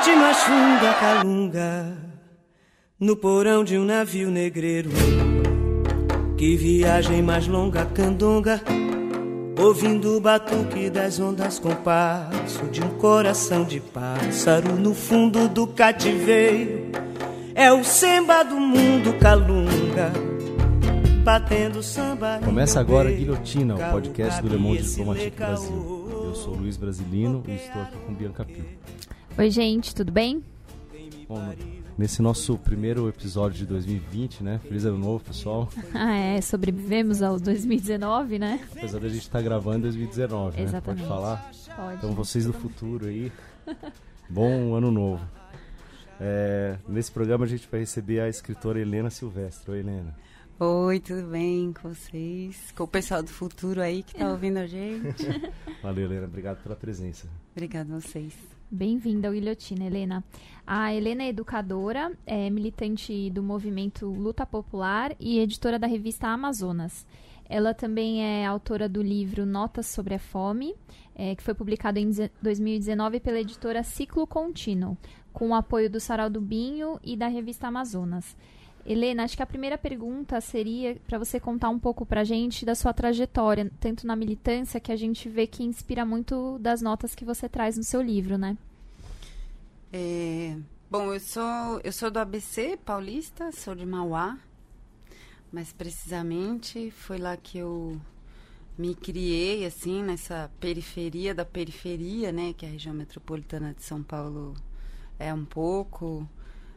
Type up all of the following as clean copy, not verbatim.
noite mais funda, calunga, no porão de um navio negreiro. Que viagem mais longa, candonga, ouvindo o batuque das ondas, compasso de um coração de pássaro no fundo do cativeiro. É o samba do mundo, calunga, batendo samba. Começa agora Guilhotina, o podcast do Le Monde Diplomatique Brasil. Eu sou Luiz Brasilino e estou aqui com Bianca Pio. Oi, gente, tudo bem? Bom, nesse nosso primeiro episódio de 2020, né? Feliz ano novo, pessoal. Sobrevivemos ao 2019, né? Apesar da gente estar gravando em 2019, Exatamente. Né? Pode falar? Pode. Então, vocês do futuro aí, bom ano novo. Nesse programa a gente vai receber a escritora Helena Silvestre. Oi, Helena. Oi, tudo bem com vocês? Com o pessoal do futuro aí que tá ouvindo a gente. Valeu, Helena. Obrigado pela presença. Obrigada a vocês. Bem-vinda ao Guilhotina, Helena. A Helena é educadora, é militante do movimento Luta Popular e editora da revista Amazonas. Ela também é autora do livro Notas sobre a Fome, que foi publicado em 2019 pela editora Ciclo Contínuo, com o apoio do Sarau do Binho e da revista Amazonas. Helena, acho que a primeira pergunta seria para você contar um pouco para a gente da sua trajetória, tanto na militância, que a gente vê que inspira muito das notas que você traz no seu livro, né? Bom, eu sou do ABC paulista, sou de Mauá, mas precisamente foi lá que eu me criei, assim, nessa periferia da periferia, né, que a região metropolitana de São Paulo é um pouco,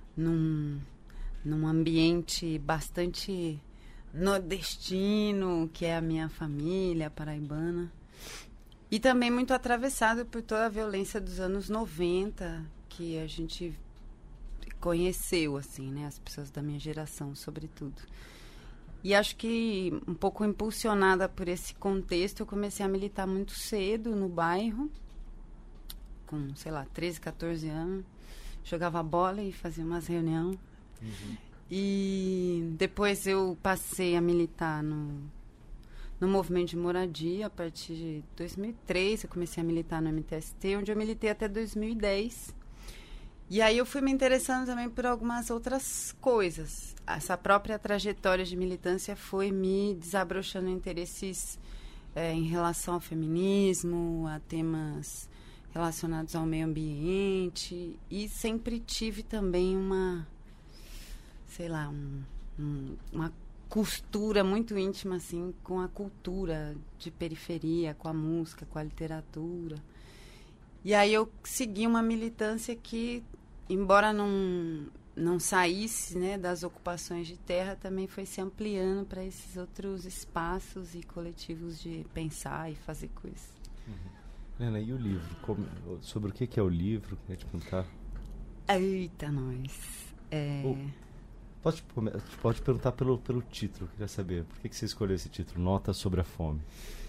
num ambiente bastante nordestino, que é a minha família paraibana. E também muito atravessado por toda a violência dos anos 90, que a gente conheceu, assim, né? As pessoas da minha geração, sobretudo. E acho que, um pouco impulsionada por esse contexto, eu comecei a militar muito cedo no bairro, com, 13, 14 anos. Jogava bola e fazia umas reuniões. Uhum. E depois eu passei a militar no movimento de moradia. A partir de 2003 eu comecei a militar no MTST, onde eu militei até 2010. E aí eu fui me interessando também por algumas outras coisas. Essa própria trajetória de militância foi me desabrochando interesses em relação ao feminismo, a temas relacionados ao meio ambiente, e sempre tive também uma costura muito íntima, assim, com a cultura de periferia, com a música, com a literatura. E aí eu segui uma militância que, embora não saísse, né, das ocupações de terra, também foi se ampliando para esses outros espaços e coletivos de pensar e fazer coisas. Helena, e o livro? Sobre o que é o livro? Queria te perguntar. Eita, nós. Pode perguntar pelo título, queria saber. Por que você escolheu esse título, Notas sobre a Fome?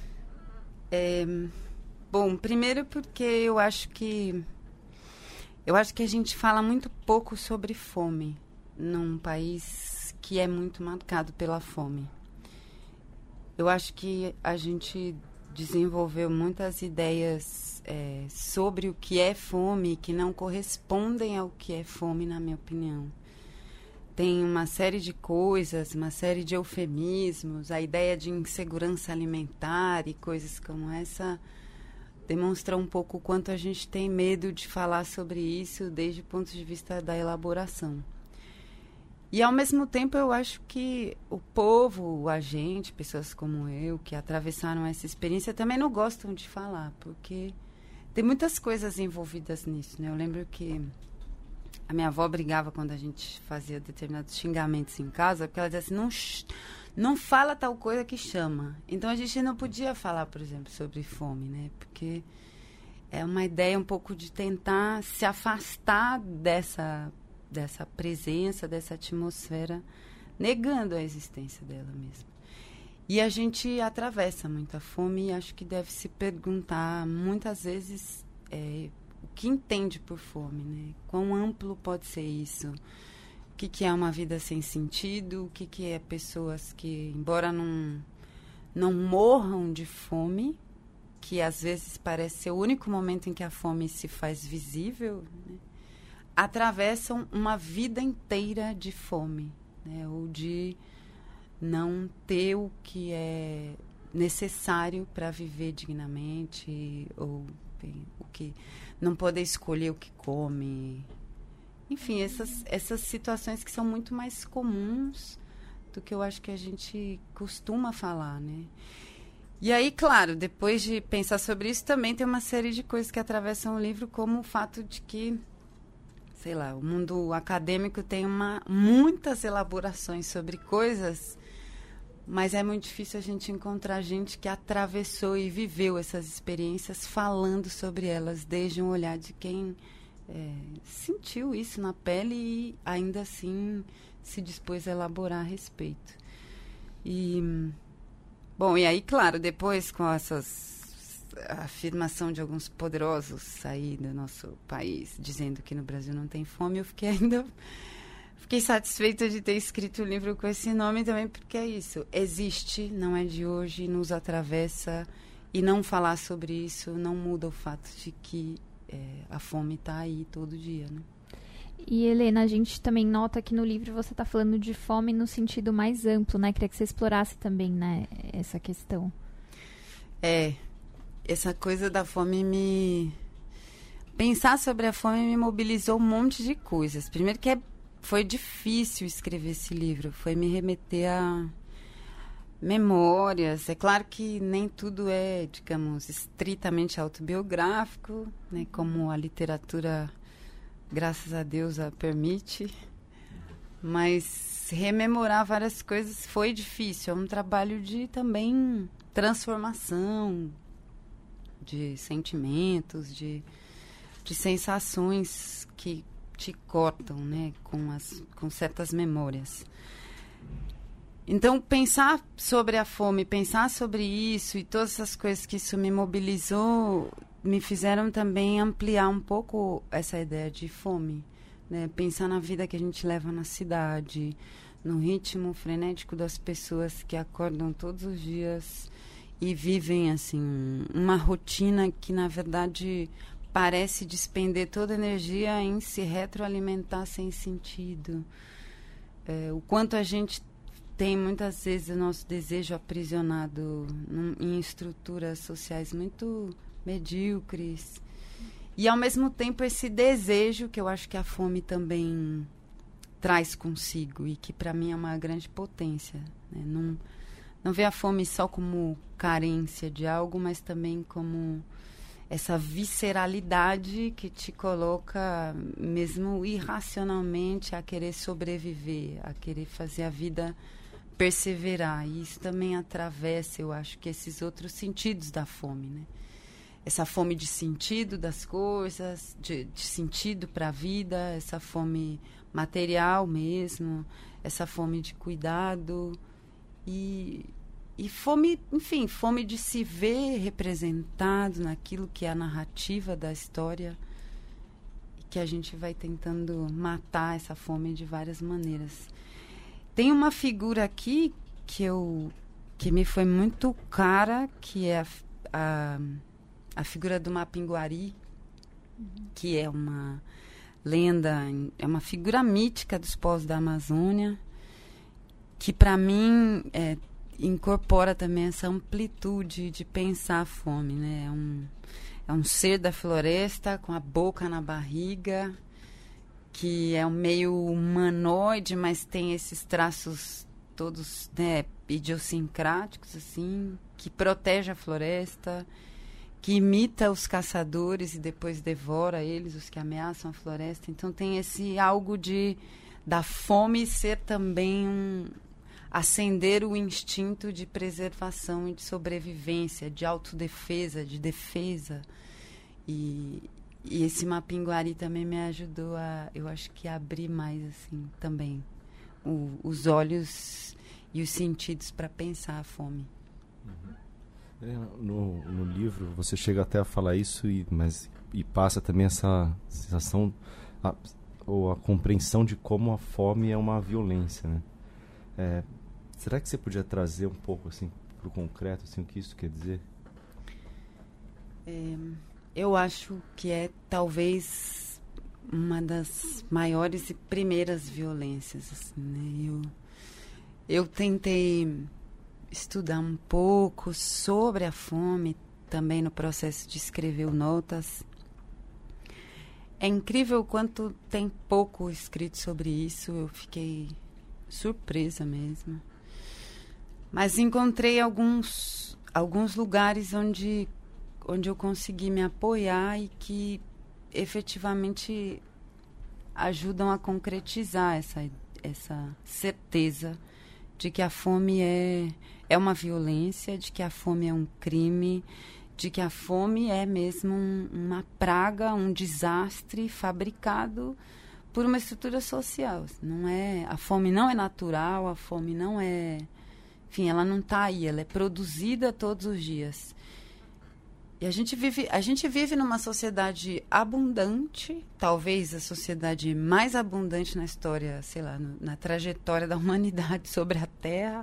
Bom, primeiro porque eu acho que a gente fala muito pouco sobre fome num país que é muito marcado pela fome. Eu acho que a gente desenvolveu muitas ideias sobre o que é fome que não correspondem ao que é fome, na minha opinião. Tem uma série de coisas, uma série de eufemismos, a ideia de insegurança alimentar e coisas como essa demonstra um pouco o quanto a gente tem medo de falar sobre isso desde o ponto de vista da elaboração. E, ao mesmo tempo, eu acho que o povo, a gente, pessoas como eu, que atravessaram essa experiência, também não gostam de falar, porque tem muitas coisas envolvidas nisso, né? Eu lembro que a minha avó brigava quando a gente fazia determinados xingamentos em casa, porque ela dizia assim, não fala tal coisa que chama. Então, a gente não podia falar, por exemplo, sobre fome, né? Porque é uma ideia um pouco de tentar se afastar dessa presença, dessa atmosfera, negando a existência dela mesma. E a gente atravessa muita fome e acho que deve se perguntar muitas vezes o que entende por fome, né? Quão amplo pode ser isso? O que é uma vida sem sentido? O que é pessoas que, embora não morram de fome, que às vezes parece ser o único momento em que a fome se faz visível, né? atravessam uma vida inteira de fome, né? Ou de não ter o que é necessário para viver dignamente, ou o que não poder escolher o que come. Enfim, essas situações que são muito mais comuns do que eu acho que a gente costuma falar, né? E aí, claro, depois de pensar sobre isso, também tem uma série de coisas que atravessam o livro, como o fato de que, sei lá, o mundo acadêmico tem muitas elaborações sobre coisas, mas é muito difícil a gente encontrar gente que atravessou e viveu essas experiências falando sobre elas, desde um olhar de quem sentiu isso na pele e ainda assim se dispôs a elaborar a respeito. Bom, e aí, claro, depois com a afirmação de alguns poderosos aí do nosso país, dizendo que no Brasil não tem fome, eu fiquei satisfeita de ter escrito o livro com esse nome também, porque é isso, existe, não é de hoje, nos atravessa, e não falar sobre isso não muda o fato de que a fome está aí todo dia, né? E, Helena, a gente também nota que no livro você está falando de fome no sentido mais amplo, né? Queria que você explorasse também, né, essa questão. Essa coisa da fome Pensar sobre a fome me mobilizou um monte de coisas. Primeiro que foi difícil escrever esse livro, foi me remeter a memórias. É claro que nem tudo é, digamos, estritamente autobiográfico, né, como a literatura, graças a Deus, a permite. Mas rememorar várias coisas foi difícil. É um trabalho de também transformação de sentimentos, de sensações que te cortam, né, com certas memórias. Então, pensar sobre a fome, pensar sobre isso e todas essas coisas que isso me mobilizou, me fizeram também ampliar um pouco essa ideia de fome, né? Pensar na vida que a gente leva na cidade, no ritmo frenético das pessoas que acordam todos os dias e vivem, assim, uma rotina que, na verdade, parece despender toda a energia em se retroalimentar sem sentido. O quanto a gente tem, muitas vezes, o nosso desejo aprisionado em estruturas sociais muito medíocres. E, ao mesmo tempo, esse desejo que eu acho que a fome também traz consigo e que, para mim, é uma grande potência, né? Não ver a fome só como carência de algo, mas também como essa visceralidade que te coloca, mesmo irracionalmente, a querer sobreviver, a querer fazer a vida perseverar. E isso também atravessa, eu acho, que esses outros sentidos da fome, né? Essa fome de sentido das coisas, de sentido para a vida, essa fome material mesmo, essa fome de cuidado e fome, enfim, fome de se ver representado naquilo que é a narrativa da história, e que a gente vai tentando matar essa fome de várias maneiras. Tem uma figura aqui que me foi muito cara, que é a figura do Mapinguari, que é uma lenda, é uma figura mítica dos povos da Amazônia, que para mim incorpora também essa amplitude de pensar a fome, né? É um ser da floresta com a boca na barriga, que é um meio humanoide, mas tem esses traços todos, né, idiosincráticos, assim, que protege a floresta, que imita os caçadores e depois devora eles, os que ameaçam a floresta. Então tem esse algo da fome ser também acender o instinto de preservação e de sobrevivência, de autodefesa, de defesa. E esse Mapinguari também me ajudou eu acho que a abrir mais, assim, também os olhos e os sentidos para pensar a fome. No livro você chega até a falar isso, e passa também essa sensação ou a compreensão de como a fome é uma violência, né? Será que você podia trazer um pouco assim para o concreto, assim, o que isso quer dizer? Eu acho que é talvez uma das maiores e primeiras violências, assim, né? Eu tentei estudar um pouco sobre a fome, também no processo de escrever o Notas. É incrível o quanto tem pouco escrito sobre isso, eu fiquei surpresa mesmo. Mas encontrei alguns lugares onde eu consegui me apoiar e que efetivamente ajudam a concretizar essa certeza de que a fome é uma violência, de que a fome é um crime, de que a fome é mesmo uma praga, um desastre fabricado por uma estrutura social. A fome não é natural, a fome não é... Enfim, ela não está aí, ela é produzida todos os dias. E a gente vive numa sociedade abundante, talvez a sociedade mais abundante na história, sei lá, na trajetória da humanidade sobre a Terra.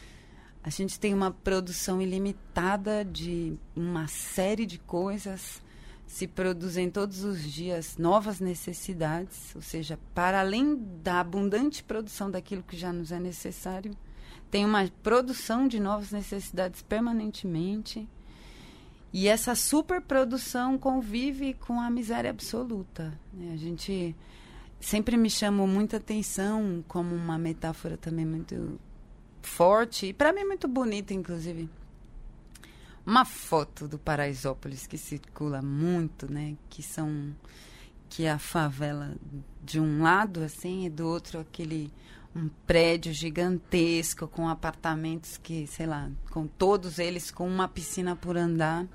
A gente tem uma produção ilimitada de uma série de coisas, se produzem todos os dias novas necessidades, ou seja, para além da abundante produção daquilo que já nos é necessário, tem uma produção de novas necessidades permanentemente. E essa superprodução convive com a miséria absoluta, né? A gente sempre me chamou muita atenção como uma metáfora também muito forte, e para mim muito bonita, inclusive. Uma foto do Paraisópolis que circula muito, né? Que é a favela de um lado, assim, e do outro um prédio gigantesco com apartamentos que, sei lá, com todos eles com uma piscina por andar.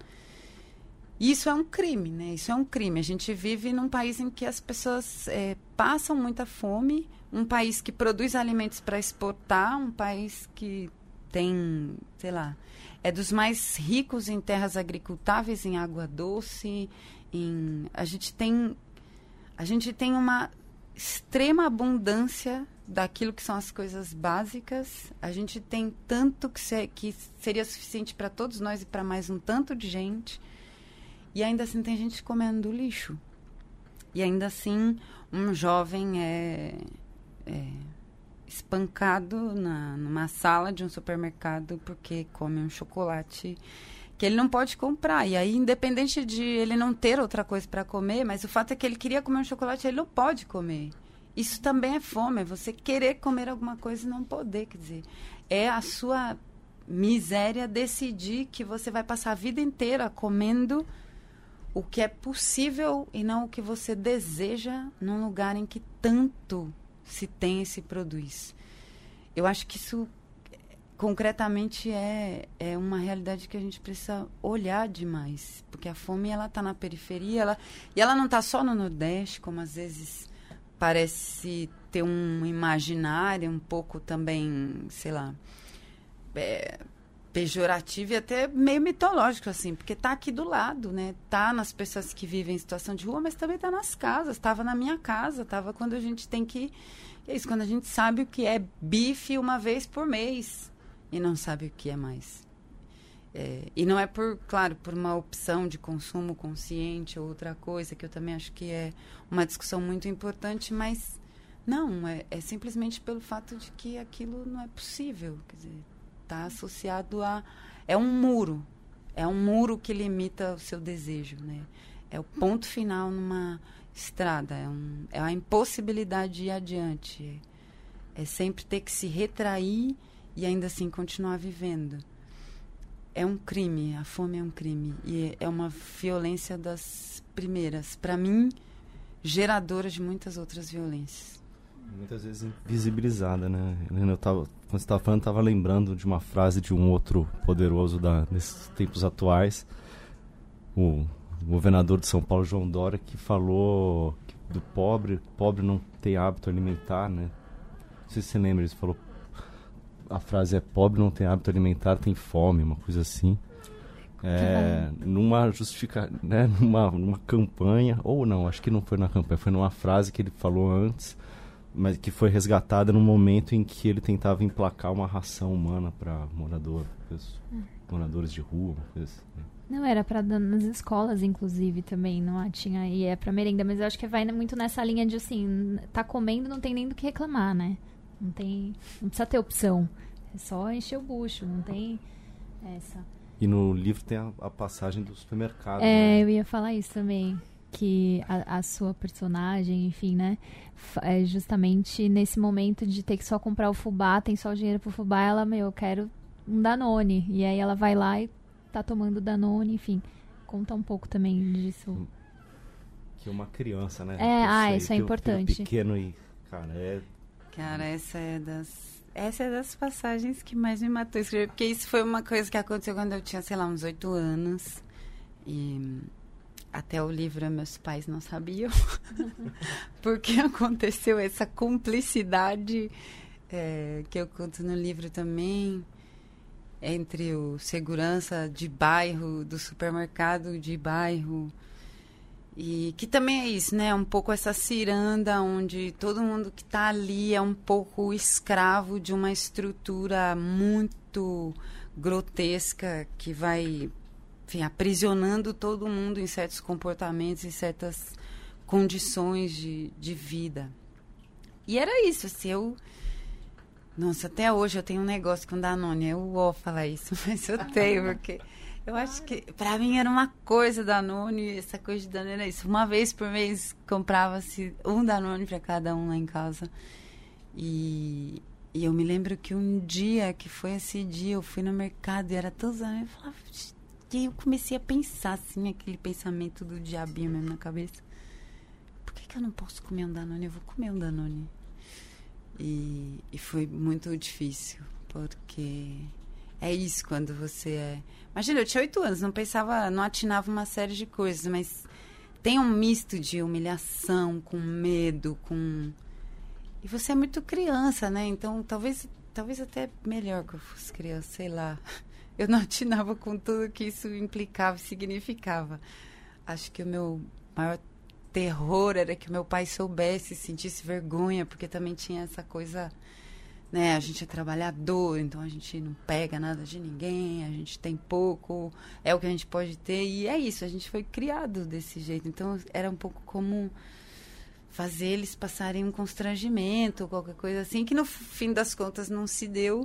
Isso é um crime, né? Isso é um crime. A gente vive num país em que as pessoas passam muita fome, um país que produz alimentos para exportar, um país que tem, sei lá, é dos mais ricos em terras agricultáveis, em água doce, a gente tem uma extrema abundância daquilo que são as coisas básicas. A gente tem tanto que seria suficiente para todos nós e para mais um tanto de gente. E ainda assim tem gente comendo lixo. E ainda assim um jovem é espancado numa sala de um supermercado porque come um chocolate que ele não pode comprar. E aí, independente de ele não ter outra coisa para comer, mas o fato é que ele queria comer um chocolate, ele não pode comer. Isso também é fome, é você querer comer alguma coisa e não poder, quer dizer, é a sua miséria decidir que você vai passar a vida inteira comendo o que é possível e não o que você deseja num lugar em que tanto se tem e se produz. Eu acho que isso, concretamente, é uma realidade que a gente precisa olhar demais, porque a fome, ela está na periferia, e ela não está só no Nordeste, como às vezes parece ter um imaginário um pouco também, sei lá, pejorativo e até meio mitológico, assim, porque está aqui do lado, né? Está nas pessoas que vivem em situação de rua, mas também está nas casas. Estava na minha casa, estava quando a gente tem que... É isso, quando a gente sabe o que é bife uma vez por mês e não sabe o que é mais. E não é claro, por uma opção de consumo consciente ou outra coisa, que eu também acho que é uma discussão muito importante, mas não, é simplesmente pelo fato de que aquilo não é possível, quer dizer, está associado a... É um muro que limita o seu desejo, né? É o ponto final numa estrada, é a impossibilidade de ir adiante, é sempre ter que se retrair e ainda assim continuar vivendo. É um crime, a fome é um crime, e é uma violência das primeiras, para mim, geradora de muitas outras violências. Muitas vezes invisibilizada, né? Helena, quando você estava falando, estava lembrando de uma frase de um outro poderoso nesses tempos atuais, o governador de São Paulo, João Dória, que falou do pobre não tem hábito alimentar, né? Não sei se você lembra, ele falou, a frase é: pobre não tem hábito alimentar, tem fome, uma coisa assim. Numa campanha, ou não, acho que não foi na campanha, foi numa frase que ele falou antes, mas que foi resgatada no momento em que ele tentava emplacar uma ração humana para moradores de rua, uma coisa assim. Não, era pra dar nas escolas, inclusive, também, não tinha, e é pra merenda, mas eu acho que vai muito nessa linha de, assim, tá comendo, não tem nem do que reclamar, né? Não precisa ter opção, é só encher o bucho, não tem essa. E no livro tem a passagem do supermercado, né? Eu ia falar isso também, que a sua personagem, enfim, né, é justamente nesse momento de ter que só comprar o fubá, tem só o dinheiro pro fubá, ela, eu quero um Danone, e aí ela vai lá e tá tomando Danone, enfim. Conta um pouco também disso. Que é uma criança, né? Isso é importante. Pequeno e, Cara, essa é das passagens que mais me matou escrever, porque isso foi uma coisa que aconteceu quando eu tinha, sei lá, uns 8 anos. E até o livro meus pais não sabiam. Porque aconteceu essa cumplicidade que eu conto no livro também, entre o segurança de bairro, do supermercado de bairro, e que também é isso, né? Um pouco essa ciranda onde todo mundo que está ali é um pouco escravo de uma estrutura muito grotesca que vai, enfim, aprisionando todo mundo em certos comportamentos e certas condições de vida. E era isso, assim, nossa, até hoje eu tenho um negócio com Danone. Eu vou falar isso, mas eu tenho, porque eu acho que pra mim era uma coisa Danone, essa coisa de Danone era isso. Uma vez por mês comprava-se um Danone pra cada um lá em casa. E eu me lembro que um dia, que foi esse dia, eu fui no mercado e era todos Danone. Eu falava, e eu comecei a pensar, assim, aquele pensamento do diabinho mesmo na cabeça. Por que eu não posso comer um Danone? Eu vou comer um Danone. E foi muito difícil, porque é isso quando você é... Imagina, eu tinha 8 anos, não atinava uma série de coisas, mas tem um misto de humilhação, com medo, com... E você é muito criança, né? Então, talvez até melhor que eu fosse criança, sei lá. Eu não atinava com tudo que isso implicava e significava. Acho que o meu maior terror era que o meu pai soubesse, sentisse vergonha, porque também tinha essa coisa, né? A gente é trabalhador, então a gente não pega nada de ninguém, a gente tem pouco, é o que a gente pode ter, e é isso, a gente foi criado desse jeito. Então era um pouco como fazer eles passarem um constrangimento, qualquer coisa assim, que no fim das contas não se deu,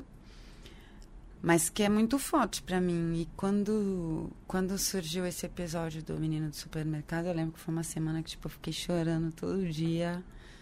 mas que é muito forte pra mim. E quando surgiu esse episódio do menino do supermercado, eu lembro que foi uma semana que, tipo, eu fiquei chorando todo dia,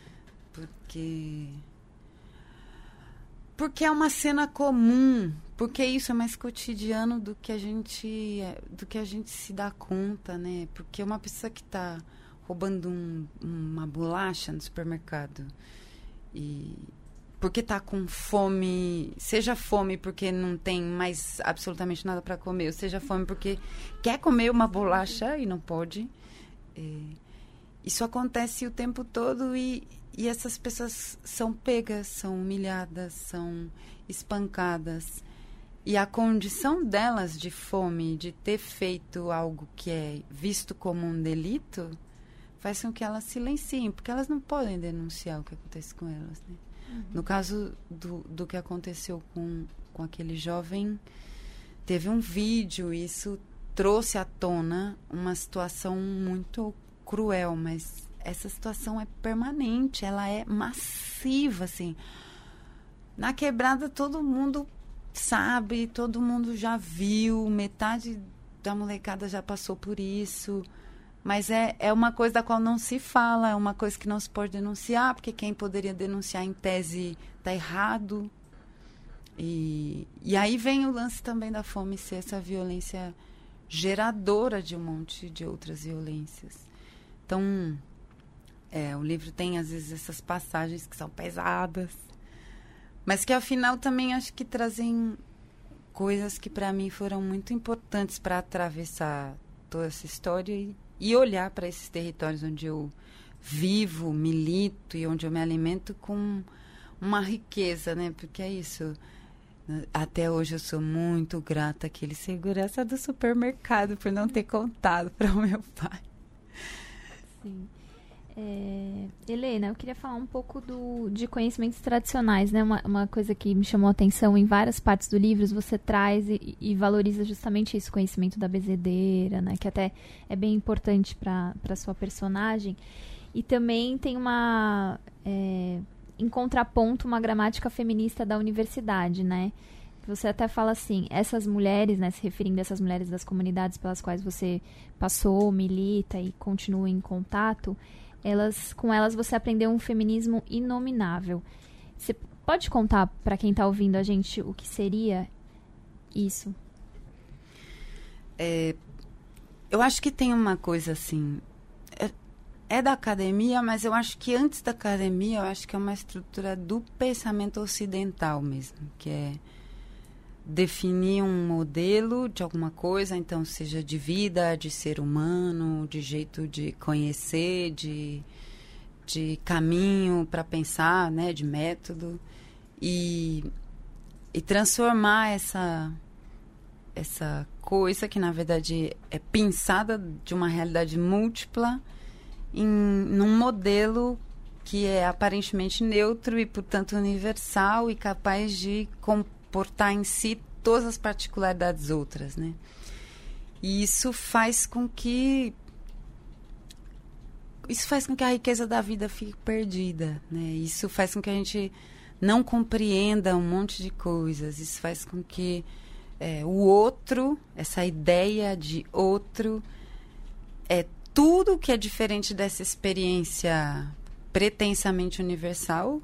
porque é uma cena comum, porque isso é mais cotidiano do que a gente se dá conta, né? Porque uma pessoa que tá roubando uma bolacha no supermercado e porque tá com fome, seja fome porque não tem mais absolutamente nada para comer, ou seja fome porque quer comer uma bolacha e não pode. Isso acontece o tempo todo e essas pessoas são pegas, são humilhadas, são espancadas. E a condição delas de fome, de ter feito algo que é visto como um delito, faz com que elas silenciem, porque elas não podem denunciar o que acontece com elas, né? No caso do que aconteceu com aquele jovem, teve um vídeo, e isso trouxe à tona uma situação muito cruel, mas essa situação é permanente, ela é massiva, assim. Na quebrada todo mundo sabe, todo mundo já viu, metade da molecada já passou por isso. Mas é uma coisa da qual não se fala, é uma coisa que não se pode denunciar, porque quem poderia denunciar em tese está errado. E aí vem o lance também da fome ser essa violência geradora de um monte de outras violências. Então, o livro tem, às vezes, essas passagens que são pesadas, mas que, ao final, também acho que trazem coisas que, para mim, foram muito importantes para atravessar toda essa história e olhar para esses territórios onde eu vivo, milito e onde eu me alimento com uma riqueza, né? Porque é isso. Até hoje eu sou muito grata àquele segurança do supermercado por não ter contado para o meu pai. Sim. Helena, eu queria falar um pouco de conhecimentos tradicionais, né? Uma coisa que me chamou a atenção em várias partes do livro, você traz e valoriza justamente isso, conhecimento da bezedeira, né? Que até é bem importante para sua personagem. E também tem em contraponto, uma gramática feminista da universidade, né? Você até fala assim, essas mulheres, né, se referindo a essas mulheres das comunidades pelas quais você passou, milita e continua em contato, com elas você aprendeu um feminismo inominável. Você pode contar para quem está ouvindo a gente o que seria isso? Eu acho que tem uma coisa assim, é da academia, mas eu acho que antes da academia, eu acho que é uma estrutura do pensamento ocidental mesmo, que é definir um modelo de alguma coisa, então seja de vida, de ser humano, de jeito de conhecer, de caminho para pensar, né, de método, e transformar essa coisa que na verdade é pensada de uma realidade múltipla num modelo que é aparentemente neutro e portanto universal e capaz de comportar em si todas as particularidades outras, né? E isso faz com que a riqueza da vida fique perdida, né? Isso faz com que a gente não compreenda um monte de coisas. Isso faz com que o outro, essa ideia de outro, tudo que é diferente dessa experiência pretensamente universal.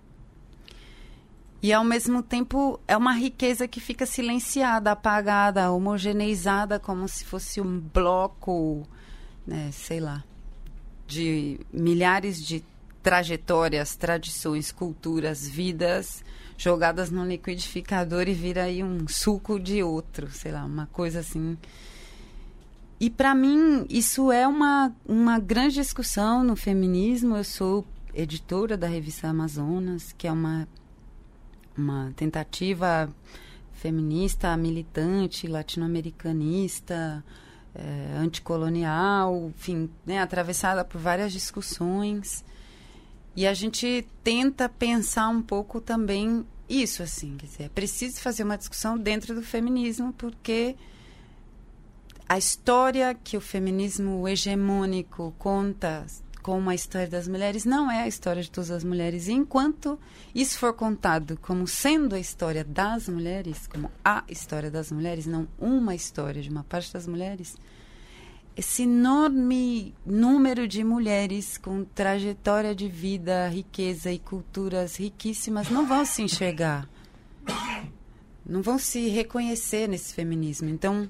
E, ao mesmo tempo, é uma riqueza que fica silenciada, apagada, homogeneizada, como se fosse um bloco, né, sei lá, de milhares de trajetórias, tradições, culturas, vidas jogadas no liquidificador e vira aí um suco de outro, sei lá, uma coisa assim. E, para mim, isso é uma grande discussão no feminismo. Eu sou editora da revista Amazonas, que é uma tentativa feminista, militante, latino-americanista, anticolonial, enfim, né, atravessada por várias discussões. E a gente tenta pensar um pouco também isso, assim, quer dizer, é preciso fazer uma discussão dentro do feminismo, porque a história que o feminismo hegemônico conta como a história das mulheres não é a história de todas as mulheres. E enquanto isso for contado como sendo a história das mulheres, como a história das mulheres, não uma história de uma parte das mulheres, esse enorme número de mulheres com trajetória de vida, riqueza e culturas riquíssimas não vão se enxergar, não vão se reconhecer nesse feminismo. Então,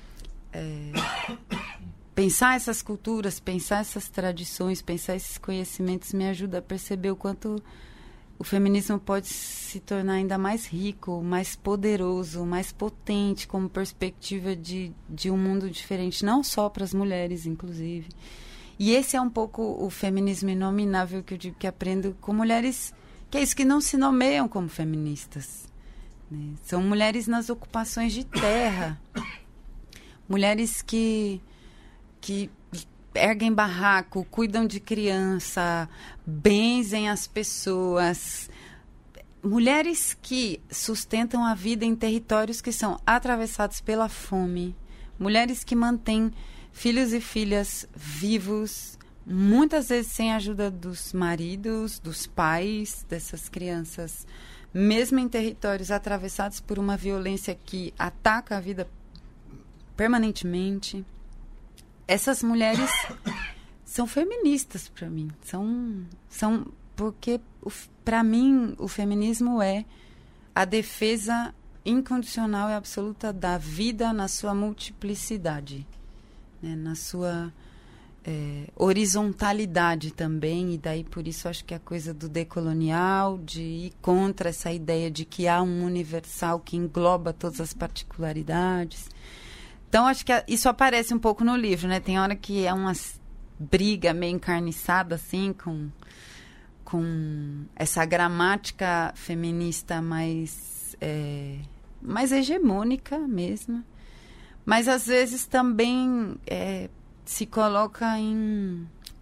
pensar essas culturas, pensar essas tradições, pensar esses conhecimentos me ajuda a perceber o quanto o feminismo pode se tornar ainda mais rico, mais poderoso, mais potente como perspectiva de um mundo diferente, não só para as mulheres, inclusive. E esse é um pouco o feminismo inominável que eu digo que aprendo com mulheres, que é isso, que não se nomeiam como feministas, né? São mulheres nas ocupações de terra, mulheres que erguem barraco, cuidam de criança, benzem as pessoas. Mulheres que sustentam a vida em territórios que são atravessados pela fome. Mulheres que mantêm filhos e filhas vivos, muitas vezes sem a ajuda dos maridos, dos pais dessas crianças, mesmo em territórios atravessados por uma violência que ataca a vida permanentemente. Essas mulheres são feministas para mim. São porque, para mim, o feminismo é a defesa incondicional e absoluta da vida na sua multiplicidade, né? Na sua horizontalidade também. E daí, por isso, acho que a coisa do decolonial, de ir contra essa ideia de que há um universal que engloba todas as particularidades. Então, acho que isso aparece um pouco no livro, né? Tem hora que é uma briga meio encarniçada, assim, com essa gramática feminista mais hegemônica mesmo. Mas, às vezes, também se coloca em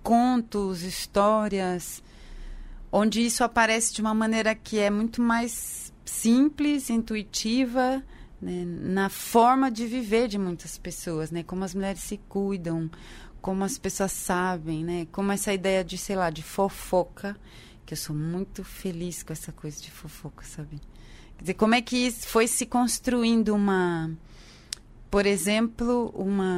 contos, histórias, onde isso aparece de uma maneira que é muito mais simples, intuitiva, né, na forma de viver de muitas pessoas, né, como as mulheres se cuidam, como as pessoas sabem, né, como essa ideia de, sei lá, de fofoca, que eu sou muito feliz com essa coisa de fofoca, sabe? Quer dizer, como é que foi se construindo por exemplo,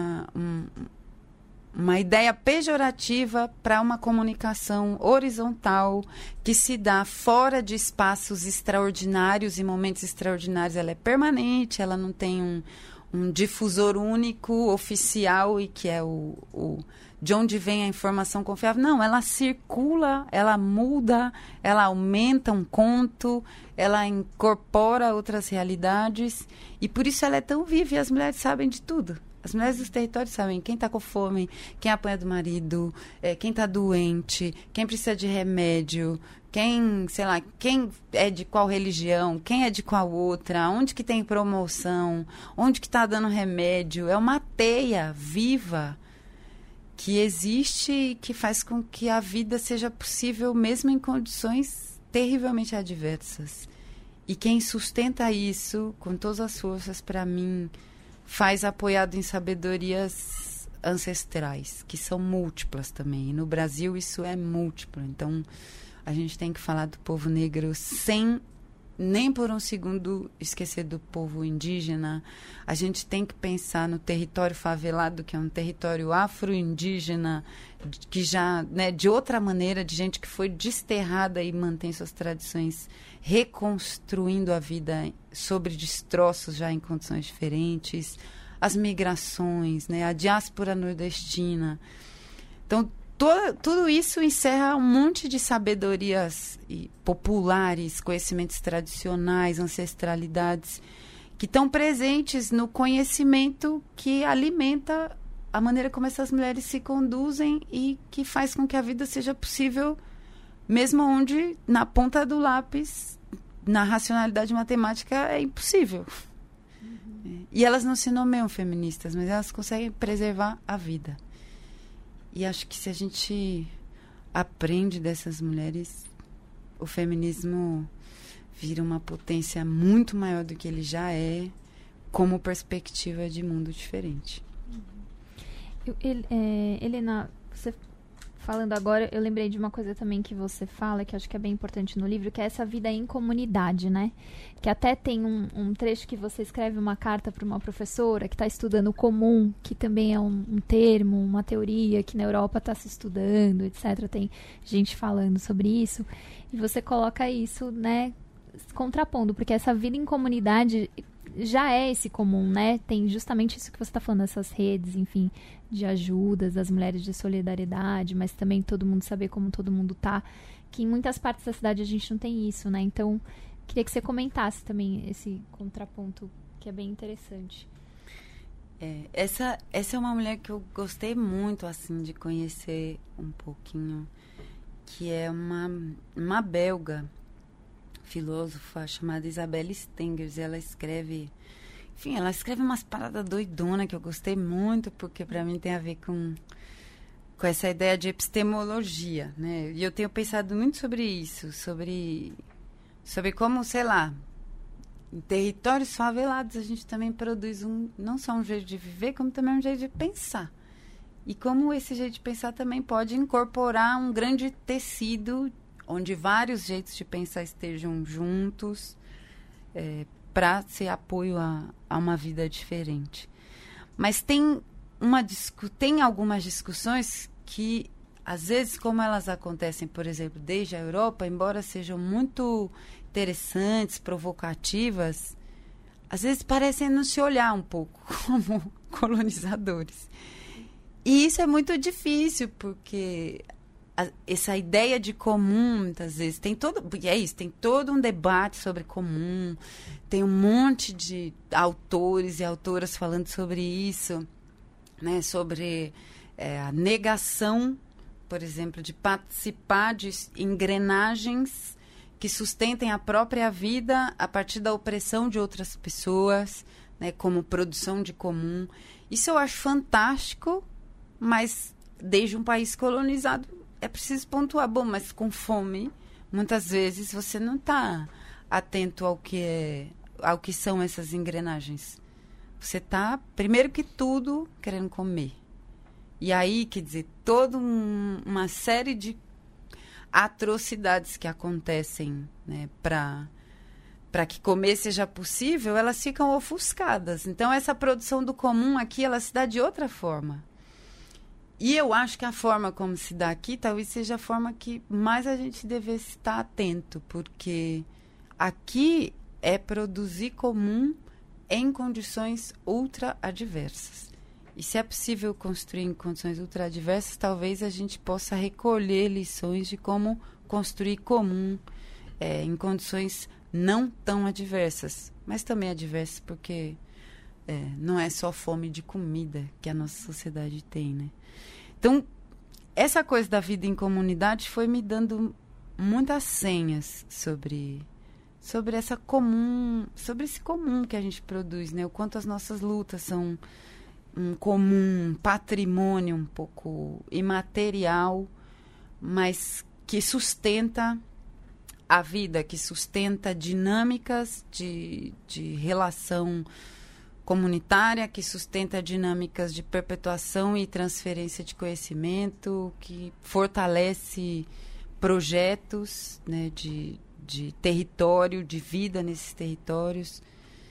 uma ideia pejorativa para uma comunicação horizontal que se dá fora de espaços extraordinários e momentos extraordinários. Ela é permanente, ela não tem um difusor único, oficial, e que é de onde vem a informação confiável. Não, ela circula, ela muda, ela aumenta um conto, ela incorpora outras realidades, e por isso ela é tão viva, e as mulheres sabem de tudo. As mulheres dos territórios sabem quem está com fome, quem apanha do marido, quem está doente, quem precisa de remédio, quem, sei lá, quem é de qual religião, quem é de qual outra, onde que tem promoção, onde que está dando remédio. É uma teia viva que existe e que faz com que a vida seja possível mesmo em condições terrivelmente adversas. E quem sustenta isso com todas as forças, para mim, faz apoiado em sabedorias ancestrais, que são múltiplas também. E no Brasil isso é múltiplo. Então, a gente tem que falar do povo negro sem nem por um segundo esquecer do povo indígena. A gente tem que pensar no território favelado, que é um território afro-indígena, que já, né, de outra maneira, de gente que foi desterrada e mantém suas tradições, reconstruindo a vida sobre destroços já em condições diferentes, as migrações, né, a diáspora nordestina. Então, tudo isso encerra um monte de sabedorias populares, conhecimentos tradicionais, ancestralidades, que estão presentes no conhecimento que alimenta a maneira como essas mulheres se conduzem e que faz com que a vida seja possível, mesmo onde, na ponta do lápis, na racionalidade matemática, é impossível. E elas não se nomeiam feministas, mas elas conseguem preservar a vida. E acho que se a gente aprende dessas mulheres, o feminismo vira uma potência muito maior do que ele já é, como perspectiva de mundo diferente. Helena, você falando agora, eu lembrei de uma coisa também que você fala, que acho que é bem importante no livro, que é essa vida em comunidade, né? Que até tem um trecho que você escreve uma carta para uma professora que está estudando o comum, que também é um termo, uma teoria que na Europa está se estudando, etc. Tem gente falando sobre isso. E você coloca isso, né, contrapondo, porque essa vida em comunidade já é esse comum, né? Tem justamente isso que você está falando, essas redes, enfim, de ajudas das mulheres, de solidariedade, mas também todo mundo saber como todo mundo tá, que em muitas partes da cidade a gente não tem isso, né? Então, queria que você comentasse também esse contraponto, que é bem interessante. Essa é uma mulher que eu gostei muito, assim, de conhecer um pouquinho, que é uma belga filósofa chamada Isabelle Stengers. Ela escreve umas paradas doidonas que eu gostei muito, porque para mim tem a ver com essa ideia de epistemologia, né? E eu tenho pensado muito sobre isso, sobre como, sei lá, em territórios favelados a gente também produz não só um jeito de viver, como também um jeito de pensar. E como esse jeito de pensar também pode incorporar um grande tecido onde vários jeitos de pensar estejam juntos, para ser apoio a uma vida diferente. Mas tem algumas discussões que, às vezes, como elas acontecem, por exemplo, desde a Europa, embora sejam muito interessantes, provocativas, às vezes parecem não se olhar um pouco como colonizadores. E isso é muito difícil, porque essa ideia de comum, muitas vezes, tem todo um debate sobre comum, tem um monte de autores e autoras falando sobre isso, né, sobre a negação, por exemplo, de participar de engrenagens que sustentem a própria vida a partir da opressão de outras pessoas, né, como produção de comum. Isso eu acho fantástico, mas desde um país colonizado, é preciso pontuar. Bom, mas com fome, muitas vezes você não está atento ao que são essas engrenagens. Você está, primeiro que tudo, querendo comer. E aí, quer dizer, toda uma série de atrocidades que acontecem, né, para que comer seja possível, elas ficam ofuscadas. Então, essa produção do comum aqui, ela se dá de outra forma. E eu acho que a forma como se dá aqui, talvez seja a forma que mais a gente deve estar atento, porque aqui é produzir comum em condições ultra adversas. E se é possível construir em condições ultra adversas, talvez a gente possa recolher lições de como construir comum em condições não tão adversas, mas também adversas porque não é só fome de comida que a nossa sociedade tem, né? Então, essa coisa da vida em comunidade foi me dando muitas senhas sobre essa comum, sobre esse comum que a gente produz, né? O quanto as nossas lutas são um comum, patrimônio um pouco imaterial, mas que sustenta a vida, que sustenta dinâmicas de relação comunitária, que sustenta dinâmicas de perpetuação e transferência de conhecimento, que fortalece projetos, né, de território, de vida nesses territórios.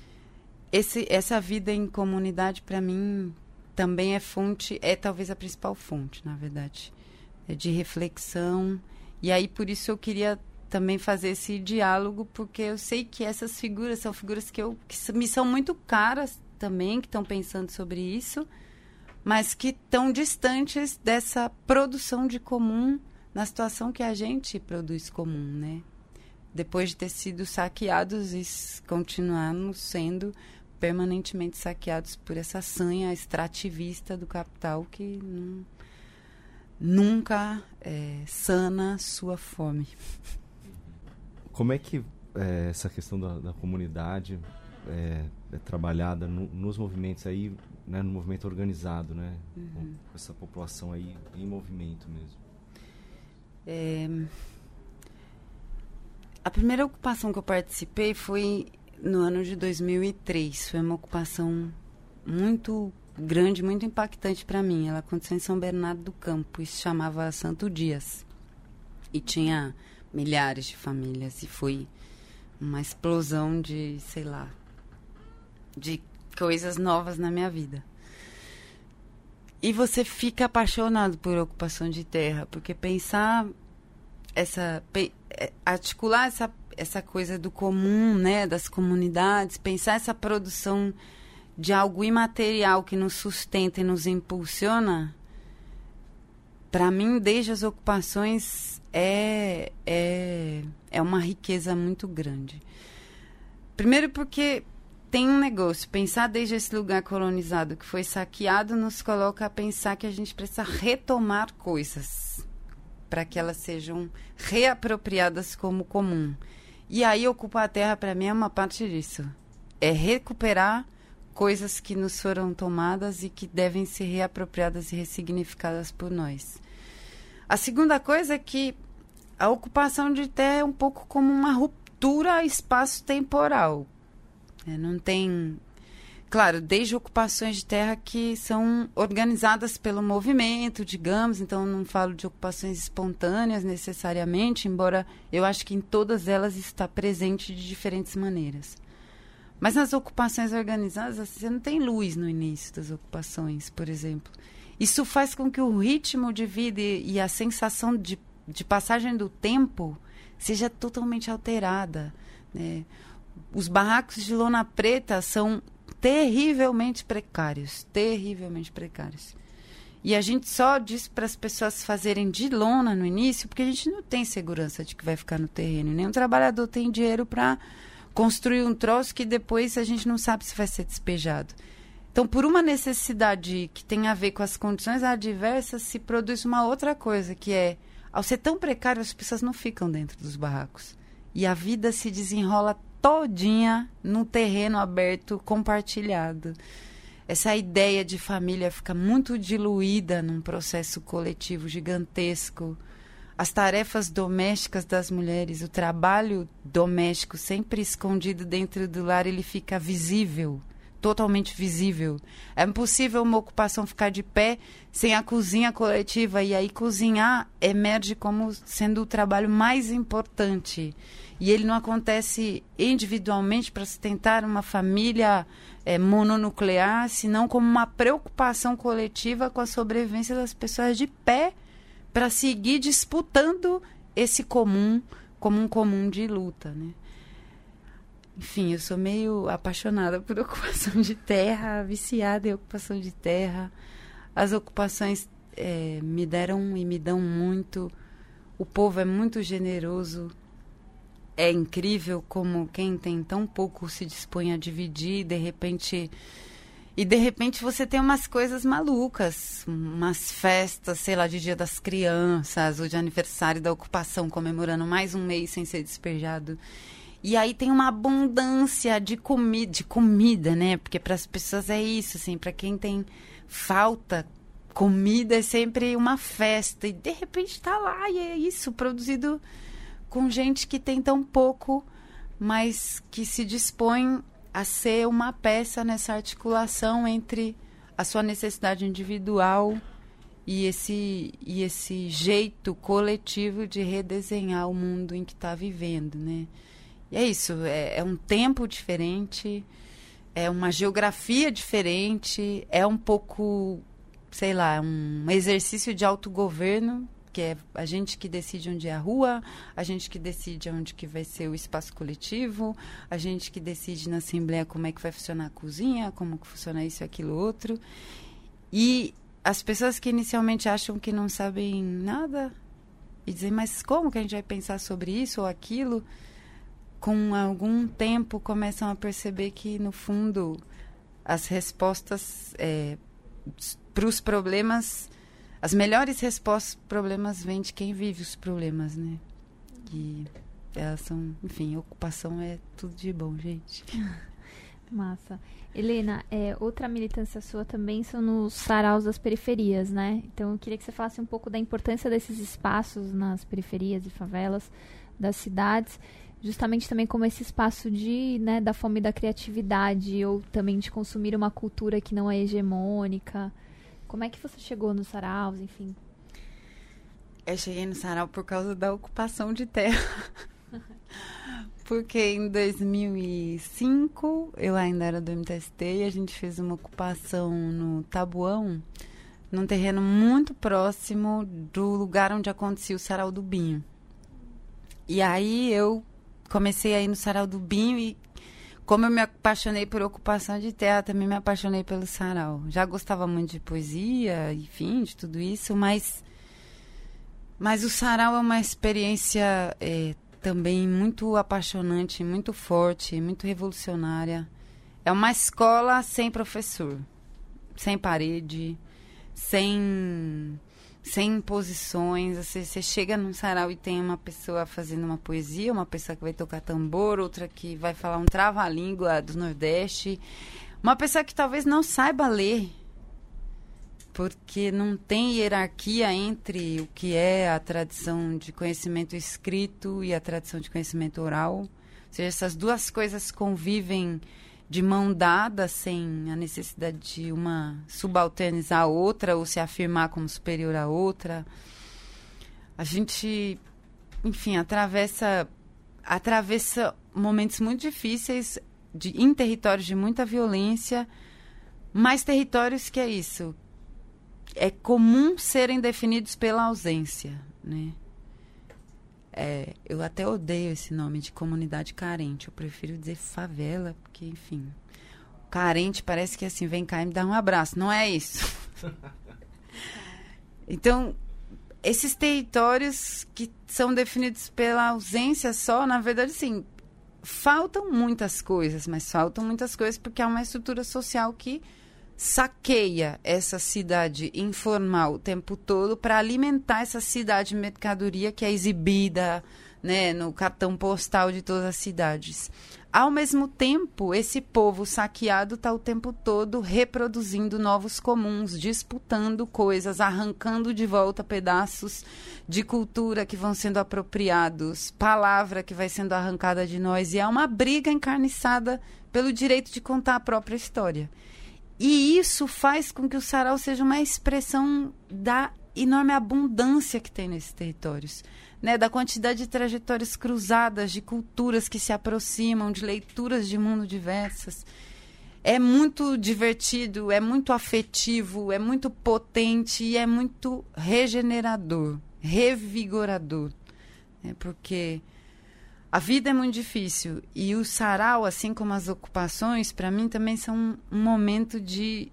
Essa vida em comunidade, para mim, também é talvez a principal fonte, na verdade, de reflexão. E aí, por isso, eu queria também fazer esse diálogo, porque eu sei que essas figuras são figuras que me são muito caras também, que estão pensando sobre isso, mas que estão distantes dessa produção de comum na situação que a gente produz comum, né? Depois de ter sido saqueados e continuarmos sendo permanentemente saqueados por essa sanha extrativista do capital que nunca sana sua fome. Como é que essa questão da comunidade é trabalhada nos movimentos aí, né, no movimento organizado, né? Com essa população aí em movimento mesmo? A primeira ocupação que eu participei foi no ano de 2003. Foi uma ocupação muito grande, muito impactante para mim. Ela aconteceu em São Bernardo do Campo e se chamava Santo Dias. E tinha milhares de famílias e foi uma explosão de, sei lá, de coisas novas na minha vida. E você fica apaixonado por ocupação de terra, porque articular essa coisa do comum, né, das comunidades, pensar essa produção de algo imaterial que nos sustenta e nos impulsiona, para mim, desde as ocupações, é uma riqueza muito grande. Primeiro porque tem um negócio, pensar desde esse lugar colonizado que foi saqueado nos coloca a pensar que a gente precisa retomar coisas para que elas sejam reapropriadas como comum. E aí ocupar a terra para mim é uma parte disso. É recuperar coisas que nos foram tomadas e que devem ser reapropriadas e ressignificadas por nós. A segunda coisa é que a ocupação de terra é um pouco como uma ruptura espaço-temporal. Não tem... Claro, desde ocupações de terra que são organizadas pelo movimento, digamos, então não falo de ocupações espontâneas necessariamente, embora eu acho que em todas elas está presente de diferentes maneiras. Mas nas ocupações organizadas, você não tem luz no início das ocupações, por exemplo. Isso faz com que o ritmo de vida e a sensação de passagem do tempo seja totalmente alterada, né? Os barracos de lona preta são terrivelmente precários. E a gente só diz para as pessoas fazerem de lona no início, porque a gente não tem segurança de que vai ficar no terreno. Nenhum trabalhador tem dinheiro para construir um troço que depois a gente não sabe se vai ser despejado. Então, por uma necessidade que tem a ver com as condições adversas, se produz uma outra coisa, que é, ao ser tão precário, as pessoas não ficam dentro dos barracos. E a vida se desenrola todinha num terreno aberto, compartilhado. essa ideia de família fica muito diluída num processo coletivo gigantesco. As tarefas domésticas das mulheres, o trabalho doméstico sempre escondido dentro do lar, ele fica visível, totalmente visível. É impossível uma ocupação ficar de pé sem a cozinha coletiva, e aí cozinhar emerge como sendo o trabalho mais importante. E ele não acontece individualmente para sustentar uma família mononuclear, senão como uma preocupação coletiva com a sobrevivência das pessoas de pé, para seguir disputando esse comum como um comum de luta, né? Enfim, eu sou meio apaixonada por ocupação de terra, viciada em ocupação de terra. As ocupações me deram e me dão muito. O povo é muito generoso. É incrível como quem tem tão pouco se dispõe a dividir, e de repente você tem umas coisas malucas, umas festas, sei lá, de Dia das Crianças, ou de aniversário da ocupação, comemorando mais um mês sem ser despejado. E aí tem uma abundância de comida, né? Porque para as pessoas é isso, assim, para quem tem falta, comida é sempre uma festa. E de repente está lá e é isso, produzido com gente que tem tão pouco, mas que se dispõe a ser uma peça nessa articulação entre a sua necessidade individual e esse jeito coletivo de redesenhar o mundo em que está vivendo, né? E é isso, é um tempo diferente, é uma geografia diferente, é um pouco, sei lá, um exercício de autogoverno, que é a gente que decide onde é a rua, a gente que decide onde que vai ser o espaço coletivo, a gente que decide na Assembleia como é que vai funcionar a cozinha, como que funciona isso e aquilo outro. E as pessoas que inicialmente acham que não sabem nada e dizem, mas como que a gente vai pensar sobre isso ou aquilo? Com algum tempo começam a perceber que, no fundo, as respostas para os problemas... As melhores respostas para problemas vêm de quem vive os problemas, né? E elas são... Enfim, ocupação é tudo de bom, gente. Massa. Helena, outra militância sua também são nos saraus das periferias, né? Então, eu queria que você falasse um pouco da importância desses espaços nas periferias e favelas das cidades, justamente também como esse espaço da fome da criatividade, ou também de consumir uma cultura que não é hegemônica. Como é que você chegou nos saraus, enfim? Eu cheguei no sarau por causa da ocupação de terra. Porque em 2005, eu ainda era do MTST, e a gente fez uma ocupação no Tabuão, num terreno muito próximo do lugar onde acontecia o Sarau do Binho. E aí eu comecei a ir no Sarau do Binho e, como eu me apaixonei por ocupação de terra, também me apaixonei pelo sarau. Já gostava muito de poesia, enfim, de tudo isso, mas o sarau é uma experiência também muito apaixonante, muito forte, muito revolucionária. É uma escola sem professor, sem parede, sem imposições. Você chega num sarau e tem uma pessoa fazendo uma poesia, uma pessoa que vai tocar tambor, outra que vai falar um trava-língua do Nordeste, uma pessoa que talvez não saiba ler, porque não tem hierarquia entre o que é a tradição de conhecimento escrito e a tradição de conhecimento oral. Ou seja, essas duas coisas convivem de mão dada, sem a necessidade de uma subalternizar a outra ou se afirmar como superior à outra. A gente, enfim, atravessa momentos muito difíceis em territórios de muita violência, mas territórios que é isso. É comum serem definidos pela ausência, né? Eu até odeio esse nome de comunidade carente. Eu prefiro dizer favela, porque, enfim, carente parece que assim, vem cá e me dá um abraço. Não é isso. Então, esses territórios que são definidos pela ausência só, na verdade, sim, faltam muitas coisas, mas faltam muitas coisas porque há uma estrutura social que saqueia essa cidade informal o tempo todo para alimentar essa cidade de mercadoria que é exibida né, no cartão postal de todas as cidades. Ao mesmo tempo, esse povo saqueado está o tempo todo reproduzindo novos comuns, disputando coisas, arrancando de volta pedaços de cultura que vão sendo apropriados, palavra que vai sendo arrancada de nós. E é uma briga encarniçada pelo direito de contar a própria história. E isso faz com que o sarau seja uma expressão da enorme abundância que tem nesses territórios, né? Da quantidade de trajetórias cruzadas, de culturas que se aproximam, de leituras de mundo diversas. É muito divertido, é muito afetivo, é muito potente e é muito regenerador, revigorador. Porque a vida é muito difícil e o sarau, assim como as ocupações, para mim também são um momento de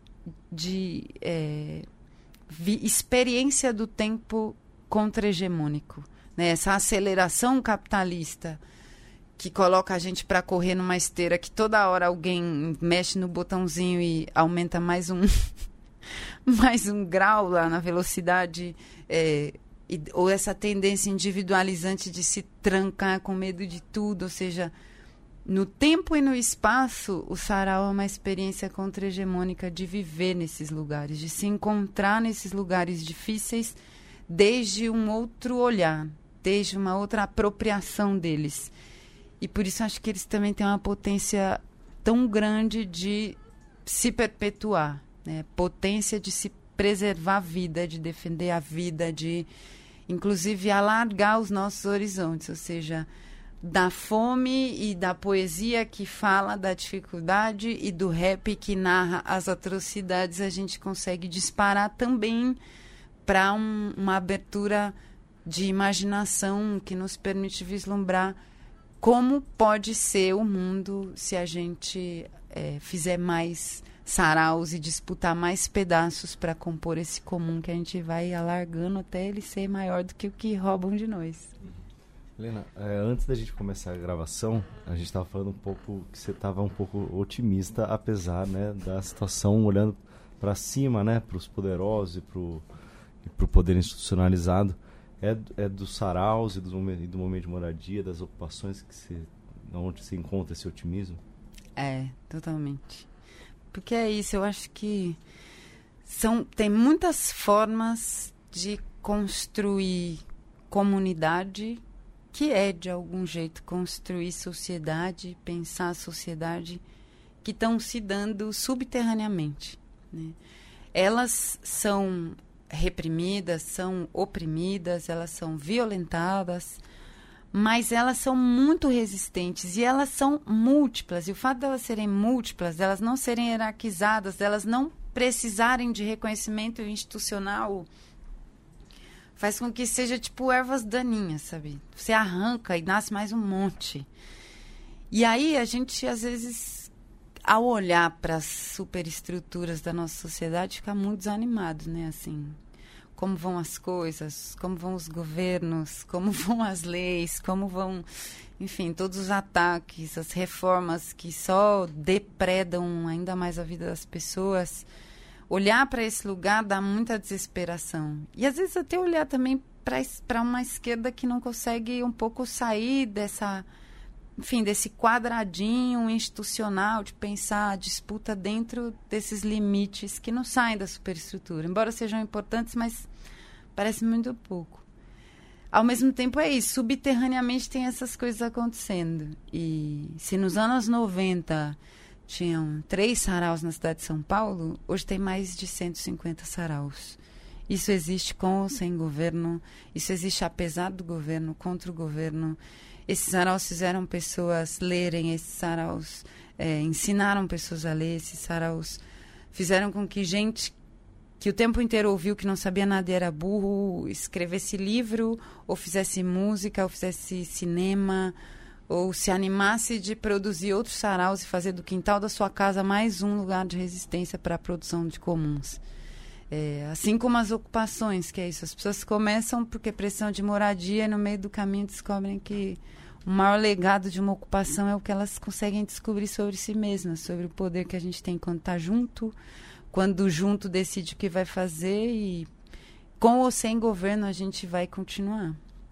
experiência do tempo contra-hegemônico, né? Essa aceleração capitalista que coloca a gente para correr numa esteira que toda hora alguém mexe no botãozinho e aumenta mais um mais um grau lá na velocidade, ou essa tendência individualizante de se trancar com medo de tudo, ou seja, no tempo e no espaço, o sarau é uma experiência contra-hegemônica de viver nesses lugares, de se encontrar nesses lugares difíceis desde um outro olhar, desde uma outra apropriação deles. E por isso acho que eles também têm uma potência tão grande de se perpetuar, né? Potência de se preservar a vida, de defender a vida, de, inclusive, alargar os nossos horizontes, ou seja, da fome e da poesia que fala da dificuldade e do rap que narra as atrocidades, a gente consegue disparar também para uma abertura de imaginação que nos permite vislumbrar como pode ser o mundo se a gente fizer mais saraus e disputar mais pedaços para compor esse comum que a gente vai alargando até ele ser maior do que o que roubam de nós. Helena, antes da gente começar a gravação, a gente estava falando um pouco que você estava um pouco otimista, apesar, né, da situação, olhando para cima, né, para os poderosos e para o poder institucionalizado. É dos saraus e do momento de moradia, das ocupações onde se encontra esse otimismo? Totalmente. Porque é isso, eu acho que tem muitas formas de construir comunidade, que de algum jeito, construir sociedade, pensar a sociedade, que estão se dando subterraneamente, né? Elas são reprimidas, são oprimidas, elas são violentadas, mas elas são muito resistentes e elas são múltiplas. E o fato delas serem múltiplas, delas não serem hierarquizadas, delas não precisarem de reconhecimento institucional, faz com que seja tipo ervas daninhas, sabe? Você arranca e nasce mais um monte. E aí a gente, às vezes, ao olhar para as superestruturas da nossa sociedade, fica muito desanimado, né? Assim, como vão as coisas, como vão os governos, como vão as leis, como vão, enfim, todos os ataques, as reformas que só depredam ainda mais a vida das pessoas. Olhar para esse lugar dá muita desesperação. E às vezes até olhar também para uma esquerda que não consegue um pouco sair desse quadradinho institucional de pensar a disputa dentro desses limites que não saem da superestrutura. Embora sejam importantes, mas parece muito pouco. Ao mesmo tempo é isso, subterraneamente tem essas coisas acontecendo. E se nos anos 90... tinham 3 saraus na cidade de São Paulo, hoje tem mais de 150 saraus. Isso existe com ou sem governo, isso existe apesar do governo, contra o governo. Esses saraus fizeram pessoas lerem, esses saraus ensinaram pessoas a ler, esses saraus fizeram com que gente que o tempo inteiro ouviu que não sabia nada e era burro, escrevesse livro, ou fizesse música, ou fizesse cinema, ou se animasse de produzir outros saraus e fazer do quintal da sua casa mais um lugar de resistência para a produção de comuns. Assim como as ocupações, que é isso. As pessoas começam porque pressão de moradia e no meio do caminho descobrem que o maior legado de uma ocupação é o que elas conseguem descobrir sobre si mesmas, sobre o poder que a gente tem quando está junto, quando junto decide o que vai fazer e com ou sem governo a gente vai continuar.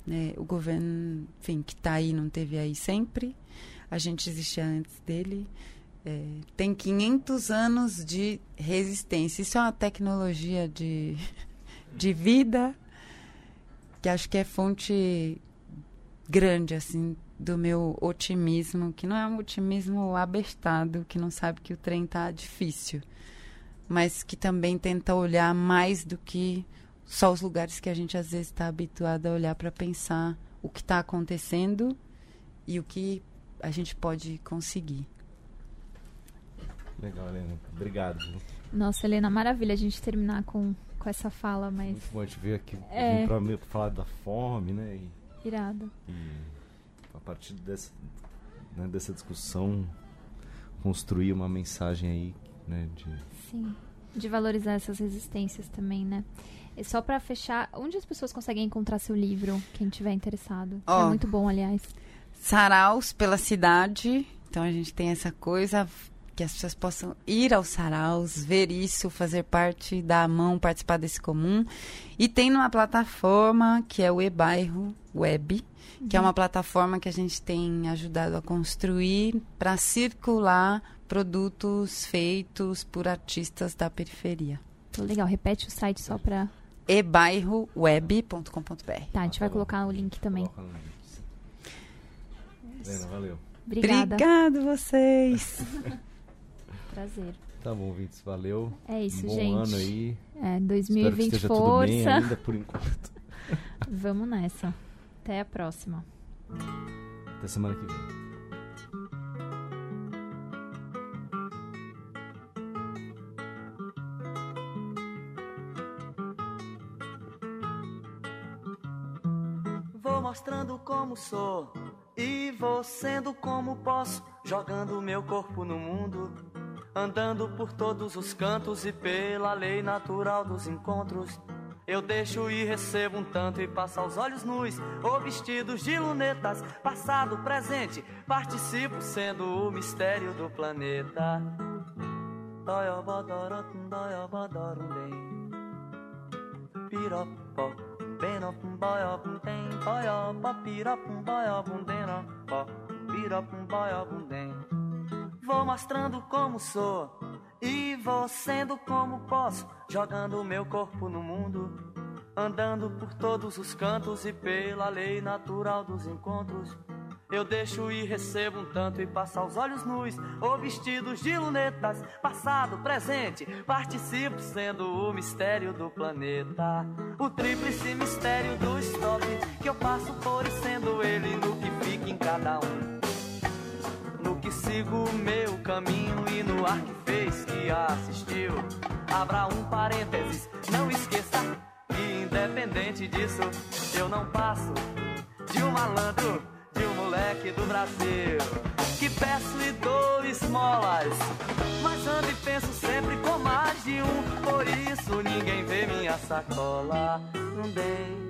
né? O governo, enfim, que está aí, não teve aí sempre. A gente existia antes dele. Tem 500 anos de resistência. Isso é uma tecnologia de vida que acho que é fonte grande, assim, do meu otimismo, que não é um otimismo abestado, que não sabe que o trem tá difícil, mas que também tenta olhar mais do que só os lugares que a gente às vezes está habituado a olhar para pensar o que está acontecendo e o que a gente pode conseguir. Legal, Helena. Obrigado. Nossa, Helena, maravilha a gente terminar com essa fala, mas... Muito bom, a gente veio aqui para falar da fome, né? Irado. E a partir dessa discussão, construir uma mensagem aí, né? Sim, de valorizar essas resistências também, né? E só para fechar, onde as pessoas conseguem encontrar seu livro, quem tiver interessado? É muito bom, aliás. Saraus pela cidade, então a gente tem essa coisa... que as pessoas possam ir aos saraus, ver isso, fazer parte, dar a mão, participar desse comum. E tem uma plataforma que é o eBairro Web, que é uma plataforma que a gente tem ajudado a construir para circular produtos feitos por artistas da periferia. Legal, repete o site só para... ebairroweb.com.br. Tá, a gente vai colocar o link também. Helena, valeu. Obrigada. Obrigado vocês. Prazer. Tá bom, Vintes, valeu. É isso, bom gente. Ano aí. 2020 Espero que força. tudo bem ainda por enquanto. Vamos nessa. Até a próxima. Até semana que vem. Vou mostrando como sou e vou sendo como posso, jogando meu corpo no mundo, andando por todos os cantos e pela lei natural dos encontros. Eu deixo e recebo um tanto e passo aos olhos nus ou vestidos de lunetas, passado, presente, participo sendo o mistério do planeta. Vou mostrando como sou e vou sendo como posso, jogando meu corpo no mundo, andando por todos os cantos e pela lei natural dos encontros. Eu deixo e recebo um tanto e passo aos olhos nus ou vestidos de lunetas, passado, presente, participo sendo o mistério do planeta. O tríplice mistério do stop, que eu passo por e sendo ele no que fica em cada um, no que sigo o meu caminho e no ar que fez, que assistiu. Abra um parênteses, não esqueça que independente disso eu não passo de um malandro, de um moleque do Brasil, que peço e dou esmolas, mas ando e penso sempre com mais de um, por isso ninguém vê minha sacola. Não dei,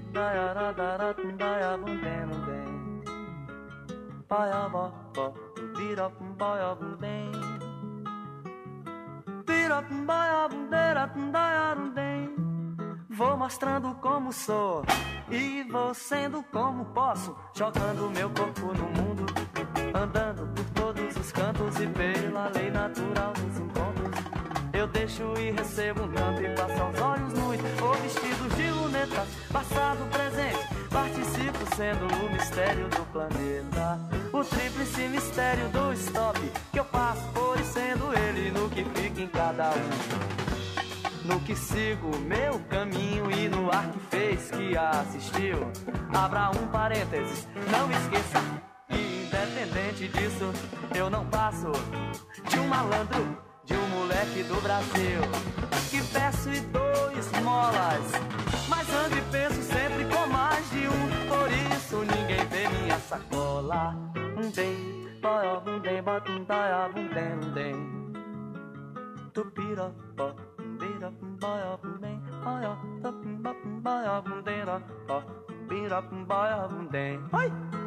vou mostrando como sou e vou sendo como posso, jogando meu corpo no mundo, andando por todos os cantos e pela lei natural dos encontros. Eu deixo e recebo um tanto e passo aos olhos nus ou vestidos de lunetas, passado, presente, participo sendo o mistério do planeta. O tríplice mistério do stop, que eu passo por e sendo ele no que fica em cada um, no que sigo o meu caminho e no ar que fez, que assistiu. Abra um parênteses, não esqueça que independente disso eu não passo de um malandro, de um moleque do Brasil, que peço e dou esmolas, mas ando e penso sempre com mais de um, por isso ninguém vê minha sacola. Oi!